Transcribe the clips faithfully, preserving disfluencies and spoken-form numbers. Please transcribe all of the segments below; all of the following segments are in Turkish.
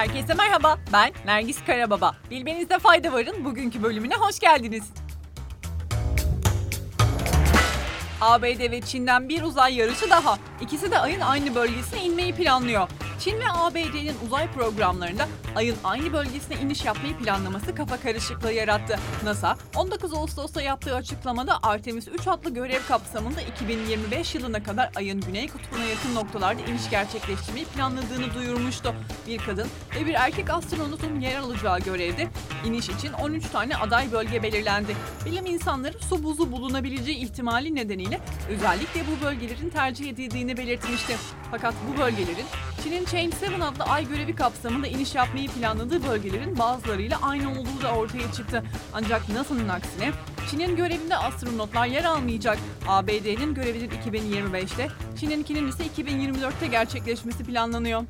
Herkese merhaba, ben Nergis Karababa. Bilmenizde fayda varın bugünkü bölümüne hoş geldiniz. A B D ve Çin'den bir uzay yarışı daha. İkisi de ayın aynı bölgesine inmeyi planlıyor. Çin ve A B D'nin uzay programlarında ayın aynı bölgesine iniş yapmayı planlaması kafa karışıklığı yarattı. NASA, on dokuz Ağustos'ta yaptığı açıklamada Artemis üç adlı görev kapsamında iki bin yirmi beş yılına kadar ayın güney kutbuna yakın noktalarda iniş gerçekleştirmeyi planladığını duyurmuştu. Bir kadın ve bir erkek astronotun yer alacağı görevde iniş için on üç tane aday bölge belirlendi. Bilim insanları su buzu bulunabileceği ihtimali nedeniyle özellikle bu bölgelerin tercih edildiğini belirtmişti. Fakat bu bölgelerin Çin'in Change yedi adlı ay görevi kapsamında iniş yapmayı planladığı bölgelerin bazılarıyla aynı olduğu da ortaya çıktı. Ancak NASA'nın aksine Çin'in görevinde astronotlar yer almayacak. A B D'nin görevinin iki bin yirmi beşte, Çin'inkinin ise iki bin yirmi dörtte gerçekleşmesi planlanıyor.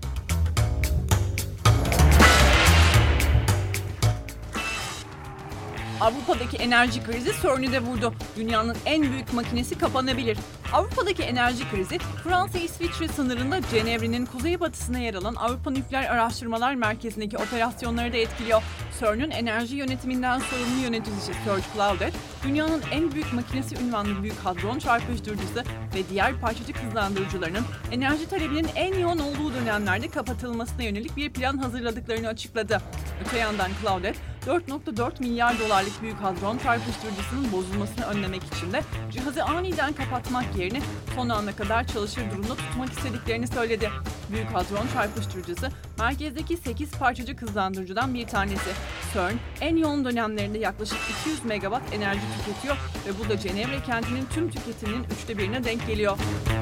Avrupa'daki enerji krizi CERN'ü de vurdu. Dünyanın en büyük makinesi kapanabilir. Avrupa'daki enerji krizi, Fransa-İsviçre sınırında Cenevre'nin kuzeybatısına yer alan Avrupa Nükleer Araştırmalar Merkezi'ndeki operasyonları da etkiliyor. CERN'ün enerji yönetiminden sorumlu yöneticisi Serge Claudet, dünyanın en büyük makinesi ünvanlı Büyük Hadron Çarpıştırıcısı ve diğer parçacık hızlandırıcılarının enerji talebinin en yoğun olduğu dönemlerde kapatılmasına yönelik bir plan hazırladıklarını açıkladı. Öte yandan Claudet, dört virgül dört milyar dolarlık Büyük Hadron Çarpıştırıcısının bozulmasını önlemek için de cihazı aniden kapatmak yerine son ana kadar çalışır durumda tutmak istediklerini söyledi. Büyük Hadron Çarpıştırıcısı merkezdeki sekiz parçacık hızlandırıcıdan bir tanesi. CERN en yoğun dönemlerinde yaklaşık iki yüz megawatt enerji tüketiyor ve bu da Cenevre kentinin tüm tüketiminin üçte birine denk geliyor.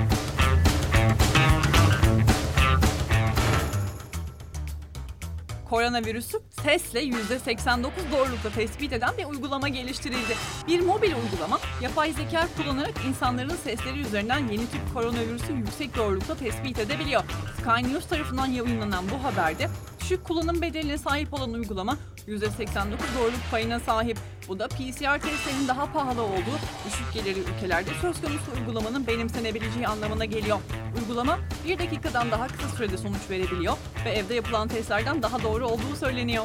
Koronavirüsü sesle yüzde seksen dokuz doğrulukla tespit eden bir uygulama geliştirildi. Bir mobil uygulama, yapay zeka kullanarak insanların sesleri üzerinden yeni tip koronavirüsü yüksek doğrulukla tespit edebiliyor. Sky News tarafından yayınlanan bu haberde, düşük kullanım bedeline sahip olan uygulama yüzde seksen dokuz doğruluk payına sahip. Bu da P C R testlerinin daha pahalı olduğu düşük gelirli ülkelerde söz konusu uygulamanın benimsenebileceği anlamına geliyor. Uygulama bir dakikadan daha kısa sürede sonuç verebiliyor ve evde yapılan testlerden daha doğru olduğu söyleniyor.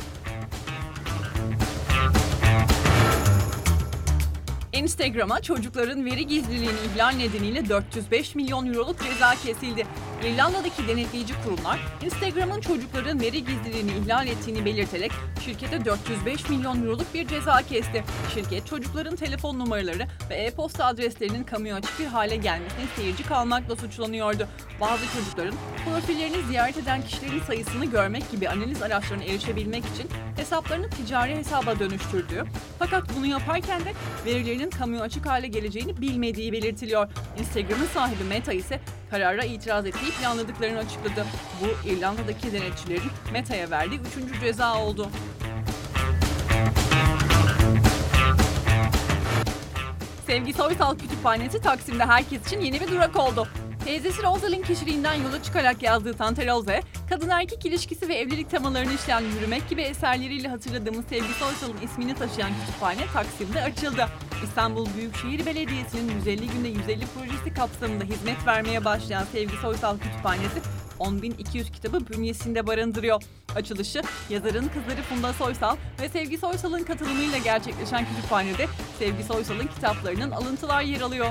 Instagram'a çocukların veri gizliliğini ihlal nedeniyle dört yüz beş milyon euroluk ceza kesildi. İrlanda'daki denetleyici kurumlar, Instagram'ın çocukların veri gizliliğini ihlal ettiğini belirterek şirkete dört yüz beş milyon euroluk bir ceza kesti. Şirket, çocukların telefon numaraları ve e-posta adreslerinin kamuya açık bir hale gelmesine seyirci kalmakla suçlanıyordu. Bazı çocukların profillerini ziyaret eden kişilerin sayısını görmek gibi analiz araçlarına erişebilmek için hesaplarını ticari hesaba dönüştürdüğü, fakat bunu yaparken de verilerinin kamuya açık hale geleceğini bilmediği belirtiliyor. Instagram'ın sahibi Meta ise karara itiraz ettiği planladıklarını açıkladı. Bu İrlanda'daki denetçilerin Meta'ya verdiği üçüncü ceza oldu. Sevgi Soysal Kütüphanesi Taksim'de herkes için yeni bir durak oldu. Teyzesi Rosalyn kişiliğinden yola çıkarak yazdığı Tante Rose, kadın erkek ilişkisi ve evlilik temalarını işleyen Yürümek gibi eserleriyle hatırladığımız Sevgi Soysal'ın ismini taşıyan kütüphane Taksim'de açıldı. İstanbul Büyükşehir Belediyesi'nin yüz elli günde yüz elli projesi kapsamında hizmet vermeye başlayan Sevgi Soysal Kütüphanesi on bin iki yüz kitabı bünyesinde barındırıyor. Açılışı yazarın kızları Funda Soysal ve Sevgi Soysal'ın katılımıyla gerçekleşen kütüphanede Sevgi Soysal'ın kitaplarının alıntılar yer alıyor.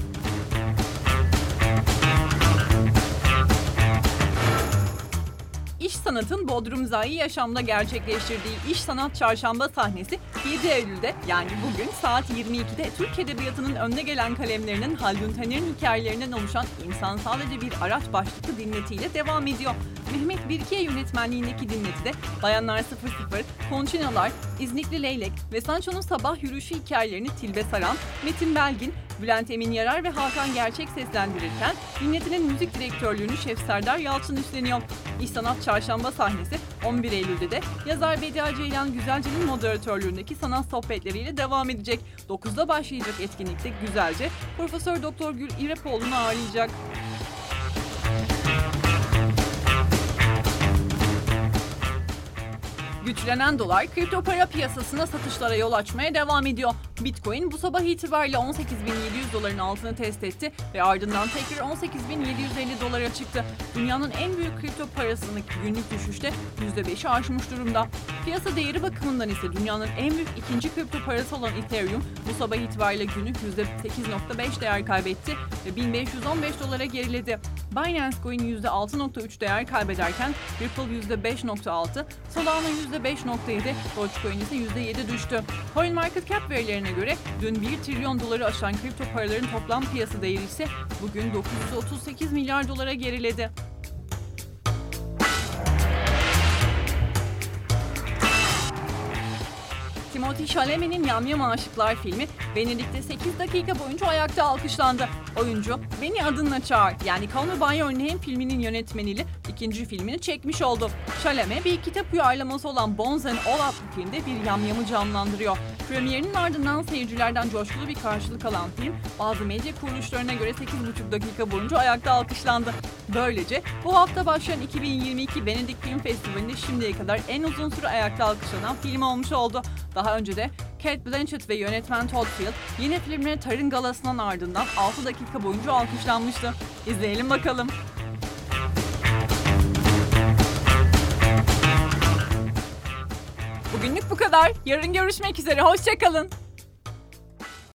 İş Sanat'ın Bodrum Zayi Yaşam'da gerçekleştirdiği İş Sanat Çarşamba sahnesi yedi Eylül'de, yani bugün saat yirmi ikide Türk Edebiyatı'nın önde gelen kalemlerinin Haldun Taner'in hikayelerinden oluşan İnsan Sadece Bir Araç başlıklı dinletiyle devam ediyor. Mehmet Birkiye yönetmenliğindeki dinletide Bayanlar sıfır sıfır, Konçinalar, İznikli Leylek ve Sancho'nun sabah yürüyüşü hikayelerini Tilbe Saran, Metin Belgin, Bülent Emin Yarar ve Hakan Gerçek seslendirirken dinletinin müzik direktörlüğünü Şef Serdar Yalçın üstleniyor. İş Sanat Çarşamba sahnesi on bir Eylül'de de yazar Bedia Ceylan Güzelce'nin moderatörlüğündeki sanat sohbetleriyle devam edecek. dokuzda başlayacak etkinlikte Güzelce, Profesör Doktor Gül İrepoğlu'nu ağırlayacak. Güçlenen dolar kripto para piyasasına satışlara yol açmaya devam ediyor. Bitcoin bu sabah itibariyle on sekiz bin yedi yüz doların altını test etti ve ardından tekrar on sekiz bin yedi yüz elli dolara çıktı. Dünyanın en büyük kripto parasının günlük düşüşte yüzde beşi aşmış durumda. Piyasa değeri bakımından ise dünyanın en büyük ikinci kripto parası olan Ethereum bu sabah itibariyle günlük yüzde sekiz virgül beş değer kaybetti ve bin beş yüz on beş dolara geriledi. Binance Coin yüzde altı virgül üç değer kaybederken Ripple yüzde beş virgül altı, Solana yüzde beş virgül yedi, Dogecoin ise yüzde yedi düştü. CoinMarketCap verilerine göre dün bir trilyon doları aşan kripto paraların toplam piyasa değeri ise bugün dokuz yüz otuz sekiz milyar dolara geriledi. Timothée Chalamet'in Yamyam Aşıklar filmi Venedik'te sekiz dakika boyunca ayakta alkışlandı. Oyuncu Beni Adınla Çağır yani Call Me By Your Name filminin yönetmeniyle ikinci filmini çekmiş oldu. Chalamet bir kitap uyarlaması olan Bones and All adlı filmde bir yamyamı canlandırıyor. Premierinin ardından seyircilerden coşkulu bir karşılık alan film bazı medya kuruluşlarına göre sekiz buçuk dakika boyunca ayakta alkışlandı. Böylece bu hafta başlayan iki bin yirmi iki Venedik Film Festivali'nde şimdiye kadar en uzun süre ayakta alkışlanan film olmuş oldu. Daha önce de Cate Blanchett ve yönetmen Todd Field yeni filmleri Tar'ın galasından ardından altı dakika boyunca alkışlanmıştı. İzleyelim bakalım. Bugünlük bu kadar. Yarın görüşmek üzere. Hoşça kalın.